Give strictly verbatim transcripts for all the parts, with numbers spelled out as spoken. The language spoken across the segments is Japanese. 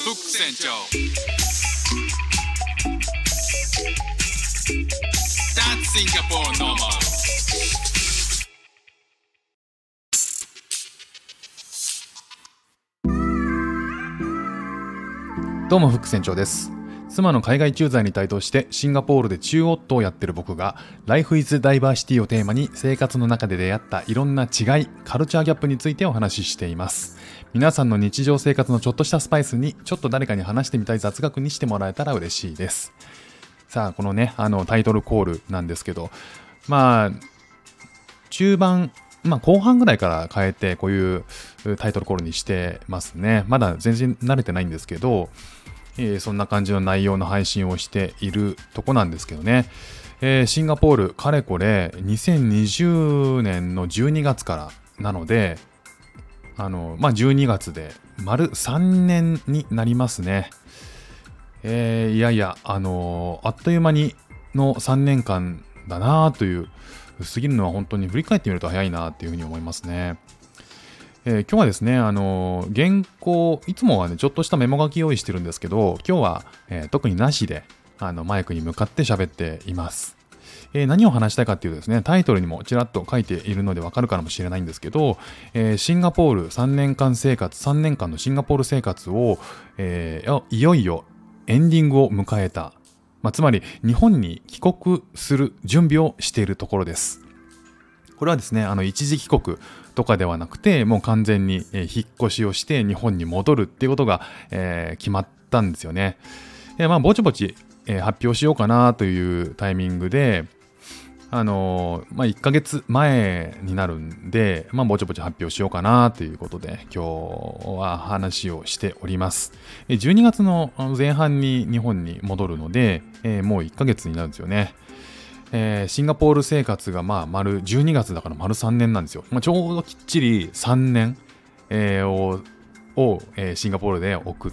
フック船長 That's Singapore normal。 どうもフック船長です。妻の海外駐在に帯同してシンガポールで中夫をやってる僕が Life is Diversity をテーマに生活の中で出会ったいろんな違い、カルチャーギャップについてお話ししています。皆さんの日常生活のちょっとしたスパイスにちょっと誰かに話してみたい雑学にしてもらえたら嬉しいです。さあこのねあのタイトルコールなんですけど、まあ中盤まあ後半ぐらいから変えてこういうタイトルコールにしてますね。まだ全然慣れてないんですけど、えー、そんな感じの内容の配信をしているとこなんですけどね、えー、シンガポールかれこれにせんにじゅうねんのじゅうにがつからなので、あのまあじゅうにがつで丸さんねんになりますね。えー、いやいやあのー、あっという間にのさんねんかんだなという、過ぎるのは本当に振り返ってみると早いなっていうふうに思いますね。えー、今日はですね、あのー、原稿、いつもはね、ちょっとしたメモ書き用意してるんですけど、今日は、えー、特になしで、あの、マイクに向かって喋っています。えー、何を話したいかっていうとですね、タイトルにもちらっと書いているのでわかるかもしれないんですけど、えー、シンガポールさんねんかん生活、さんねんかんのシンガポール生活を、えー、いよいよエンディングを迎えた。まあ、つまり、日本に帰国する準備をしているところです。これはですね、あの一時帰国とかではなくて、もう完全に引っ越しをして日本に戻るっていうことが、えー、決まったんですよね。えー、まあぼちぼち、えー、発表しようかなというタイミングで、あのー、まあいっかげつまえになるんで、まあぼちぼち発表しようかなということで、今日は話をしております。じゅうにがつの前半に日本に戻るので、えー、もういっかげつになるんですよね。えー、シンガポール生活がまあ丸じゅうにがつだから丸さんねんなんですよ。まあ、ちょうどきっちりさんねん、えー、を、をえー、シンガポールで送って、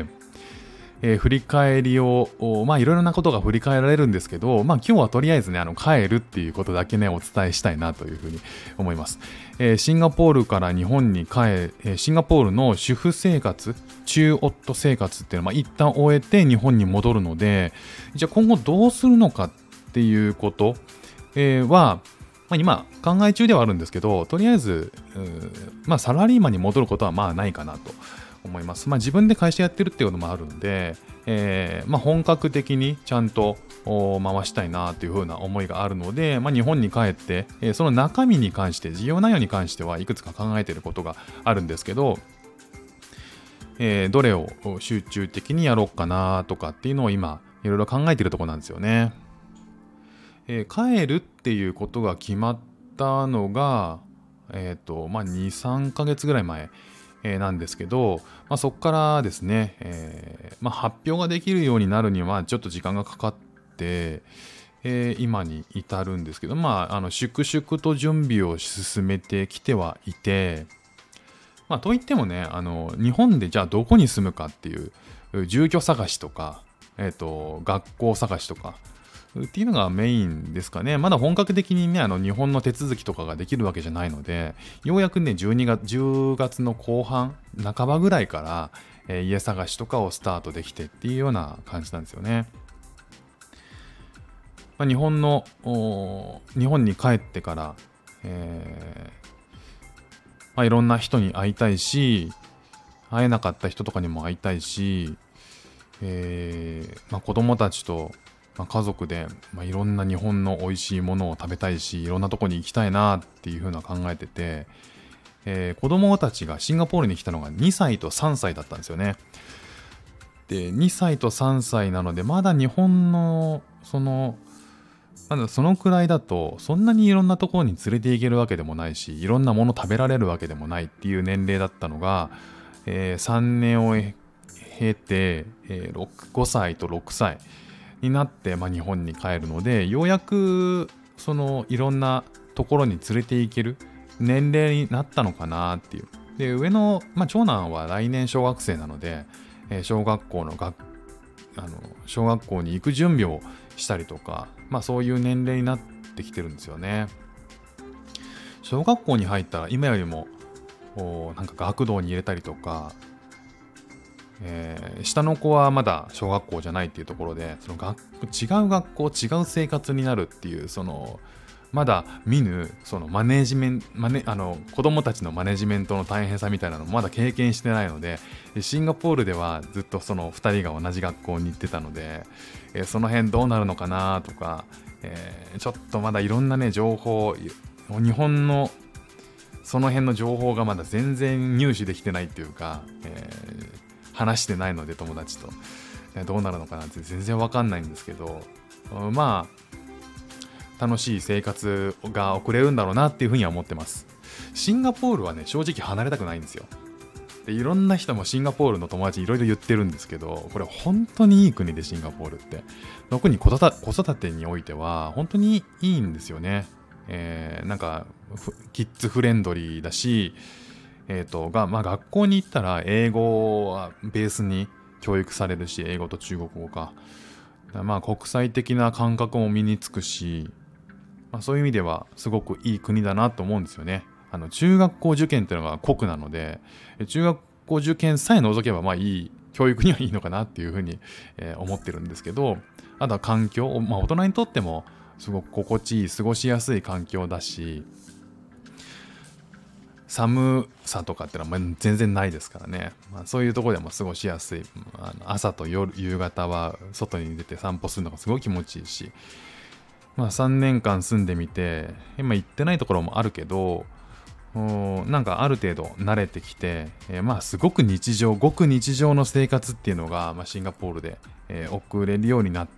えー、振り返りをまあいろいろなことが振り返られるんですけど、まあ今日はとりあえずねあの帰るっていうことだけねお伝えしたいなというふうに思います。えー、シンガポールから日本に帰、えー、シンガポールの主婦生活、中夫生活っていうのは、まあ、一旦終えて日本に戻るので、じゃあ今後どうするのかっていうこと、えー、は、まあ、今考え中ではあるんですけど、とりあえず、まあ、サラリーマンに戻ることはまあないかなと思います。まあ、自分で会社やってるっていうこともあるんで、えーまあ、本格的にちゃんと回したいなというふうな思いがあるので、まあ、日本に帰って、えー、その中身に関して事業内容に関してはいくつか考えていることがあるんですけど、えー、どれを集中的にやろうかなとかっていうのを今いろいろ考えているところなんですよね。えー、帰るっていうことが決まったのが、えーとまあ、に、さんかげつぐらい前、えー、なんですけど、まあ、そこからですね、えーまあ、発表ができるようになるにはちょっと時間がかかって、えー、今に至るんですけど、まあ、あの粛々と準備を進めてきてはいて、まあ、といってもね、あの日本でじゃあどこに住むかっていう住居探しとか、えーと、学校探しとかっていうのがメインですかね。まだ本格的にね、あの日本の手続きとかができるわけじゃないので、ようやくね、じゅうにがつ、じゅうがつの後半、半ばぐらいから、えー、家探しとかをスタートできてっていうような感じなんですよね。まあ、日本の、日本に帰ってから、えーまあ、いろんな人に会いたいし、会えなかった人とかにも会いたいし、えーまあ、子供たちとまあ、家族で、まあ、いろんな日本の美味しいものを食べたいし、いろんなとこに行きたいなっていうふうな考えてて、えー、子供たちがシンガポールに来たのがにさいとさんさいだったんですよね。で、にさいとさんさいなので、まだ日本のそのまだそのくらいだとそんなにいろんなところに連れて行けるわけでもないし、いろんなもの食べられるわけでもないっていう年齢だったのが、えー、さんねんを経て、えー、ごさいとろくさいになって、まあ、日本に帰るので、ようやくそのいろんなところに連れて行ける年齢になったのかなっていう。で、上の、まあ、長男は来年小学生なので、えー、小学校の学あの小学校に行く準備をしたりとか、まあそういう年齢になってきてるんですよね。小学校に入ったら今よりもなんか学童に入れたりとか、 えー、下の子はまだ小学校じゃないっていうところで、その学違う学校違う生活になるっていう、そのまだ見ぬそのマネージメントマネあの子供たちのマネジメントの大変さみたいなのもまだ経験してないので、シンガポールではずっとそのふたりが同じ学校に行ってたので、えー、その辺どうなるのかなとか、えー、ちょっとまだいろんなね情報、日本のその辺の情報がまだ全然入手できてないっていうか、えー、話してないので友達とどうなるのかなって全然わかんないんですけど、まあ楽しい生活が送れるんだろうなっていうふうには思ってます。シンガポールはね正直離れたくないんですよ。でいろんな人もシンガポールの友達いろいろ言ってるんですけど、これ本当にいい国でシンガポールって特に子育てにおいては本当にいいんですよね。えー、なんかキッズフレンドリーだし、えーとがまあ、学校に行ったら英語はベースに教育されるし、英語と中国語か、まあ国際的な感覚も身につくし、まあ、そういう意味ではすごくいい国だなと思うんですよね。あの中学校受験っていうのが国なので、中学校受験さえ除けばまあいい教育にはいいのかなっていうふうに、えー、思ってるんですけど、あとは環境、まあ、大人にとってもすごく心地いい過ごしやすい環境だし、寒さとかってのは全然ないですからね、まあ、そういうところでも過ごしやすい。あの朝と夜夕方は外に出て散歩するのがすごい気持ちいいし、まあ、さんねんかん住んでみて今行ってないところもあるけど、なんかある程度慣れてきて、えー、まあすごく日常ごく日常の生活っていうのが、まあ、シンガポールで、えー、送れるようになって、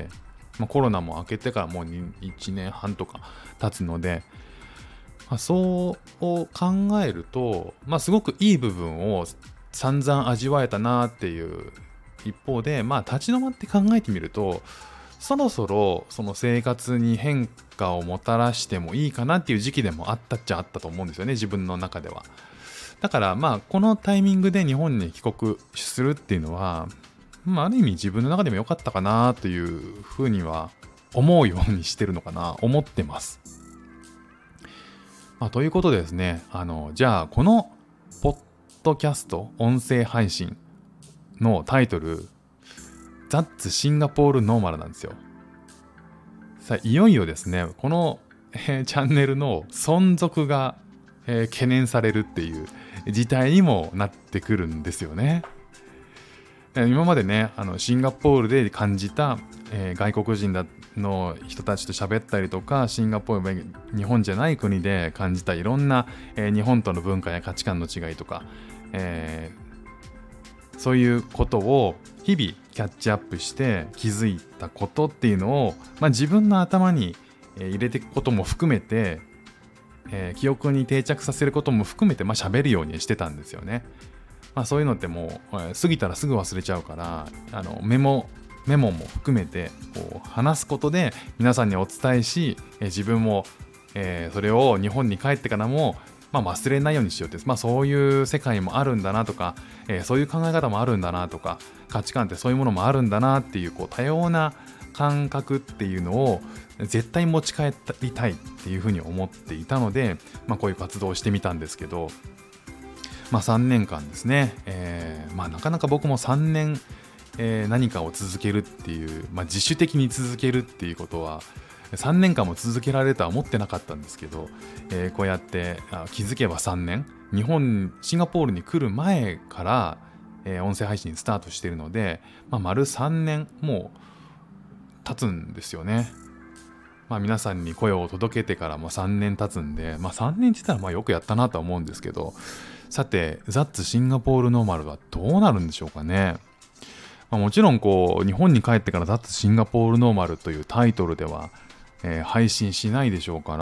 まあ、コロナも明けてからもういちねんはんとか経つので、まあ、そう考えると、まあ、すごくいい部分を散々味わえたなっていう一方で、まあ立ち止まって考えてみると、そろそろその生活に変化をもたらしてもいいかなっていう時期でもあったっちゃあったと思うんですよね、自分の中では。だからまあこのタイミングで日本に帰国するっていうのは、まあ、ある意味自分の中でも良かったかなというふうには思うようにしてるのかな、思ってます。まあ、ということでですね、あのじゃあこのポッドキャスト音声配信のタイトル、That's シンガポールノーマルなんですよ。さあいよいよですね、この、えー、チャンネルの存続が、えー、懸念されるっていう事態にもなってくるんですよね。今までね、あのシンガポールで感じた、えー、外国人の人たちと喋ったりとか、シンガポール、日本じゃない国で感じたいろんな、えー、日本との文化や価値観の違いとか、えー、そういうことを日々キャッチアップして気づいたことっていうのを、まあ、自分の頭に入れていくことも含めて、えー、記憶に定着させることも含めて、まあ、喋るようにしてたんですよね。まあ、そういうのってもう、えー、過ぎたらすぐ忘れちゃうから、あのメモメモも含めてこう話すことで皆さんにお伝えし、えー、自分も、えー、それを日本に帰ってからも、まあ、忘れないようにしようって、まあ、そういう世界もあるんだなとか、えー、そういう考え方もあるんだなとか、価値観ってそういうものもあるんだなっていう、こう多様な感覚っていうのを絶対持ち帰りたいっていうふうに思っていたので、まあ、こういう活動をしてみたんですけど、まあ、さんねんかんですね、えーまあ、なかなか僕もさんねん、えー、何かを続けるっていう、まあ、自主的に続けるっていうことはさんねんかんも続けられるとは思ってなかったんですけど、えー、こうやってあ気づけばさんねん、日本シンガポールに来る前から、えー、音声配信スタートしているので、まあ、丸さんねんもう経つんですよね。まあ、皆さんに声を届けてからもさんねん経つんで、まあ、さんねんって言ったらまあよくやったなとは思うんですけど、さて、That's シンガポールノーマルはどうなるんでしょうかね。まあ、もちろんこう日本に帰ってから That's シンガポールノーマルというタイトルでは、えー、配信しないでしょうから、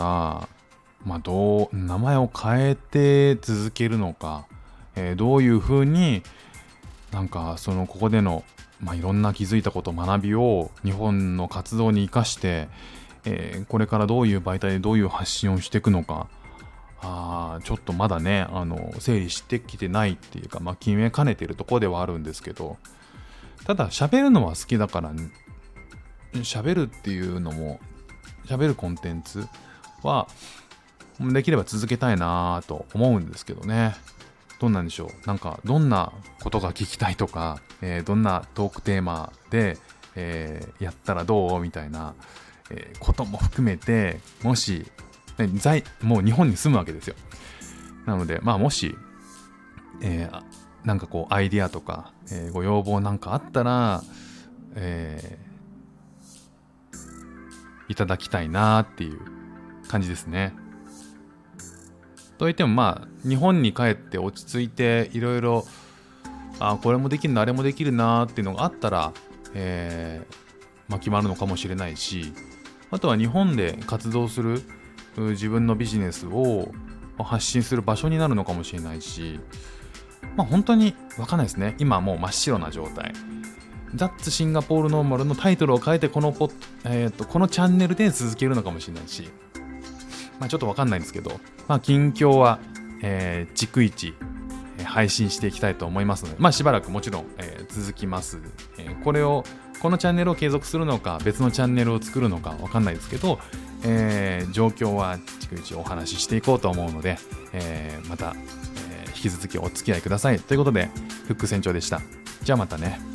まあ、どう名前を変えて続けるのか、えー、どういうふうになんかそのここでの、まあ、いろんな気づいたこと学びを日本の活動に生かして、えー、これからどういう媒体でどういう発信をしていくのか、あちょっとまだねあの整理してきてないっていうか、まあ、決めかねてるところではあるんですけど、ただ喋るのは好きだから喋るっていうのも喋るコンテンツはできれば続けたいなと思うんですけどね。 どんなんでしょう、なんかどんなことが聞きたいとか、えー、どんなトークテーマで、えー、やったらどうみたいな、えー、ことも含めて、もし、ね、在もう日本に住むわけですよ。なのでまあもし、えー、なんかこうアイディアとか、えー、ご要望なんかあったら、えー、いただきたいなっていう感じですね。といってもまあ日本に帰って落ち着いていろいろ、あこれもできるなあれもできるなっていうのがあったら、えーまあ、決まるのかもしれないし、あとは日本で活動する自分のビジネスを発信する場所になるのかもしれないし、まあ本当に分かんないですね。今はもう真っ白な状態。That's シンガポールノーマルのタイトルを変えてこのポッ、えーと、このチャンネルで続けるのかもしれないし、まあちょっと分かんないんですけど、まあ近況は、えー、逐一、えー、配信していきたいと思いますので、まあしばらくもちろん、えー、続きます、えー。これをこのチャンネルを継続するのか別のチャンネルを作るのか分かんないですけど、えー、状況は逐一お話ししていこうと思うので、えー、また、えー、引き続きお付き合いくださいということで、フック船長でした。じゃあまたね。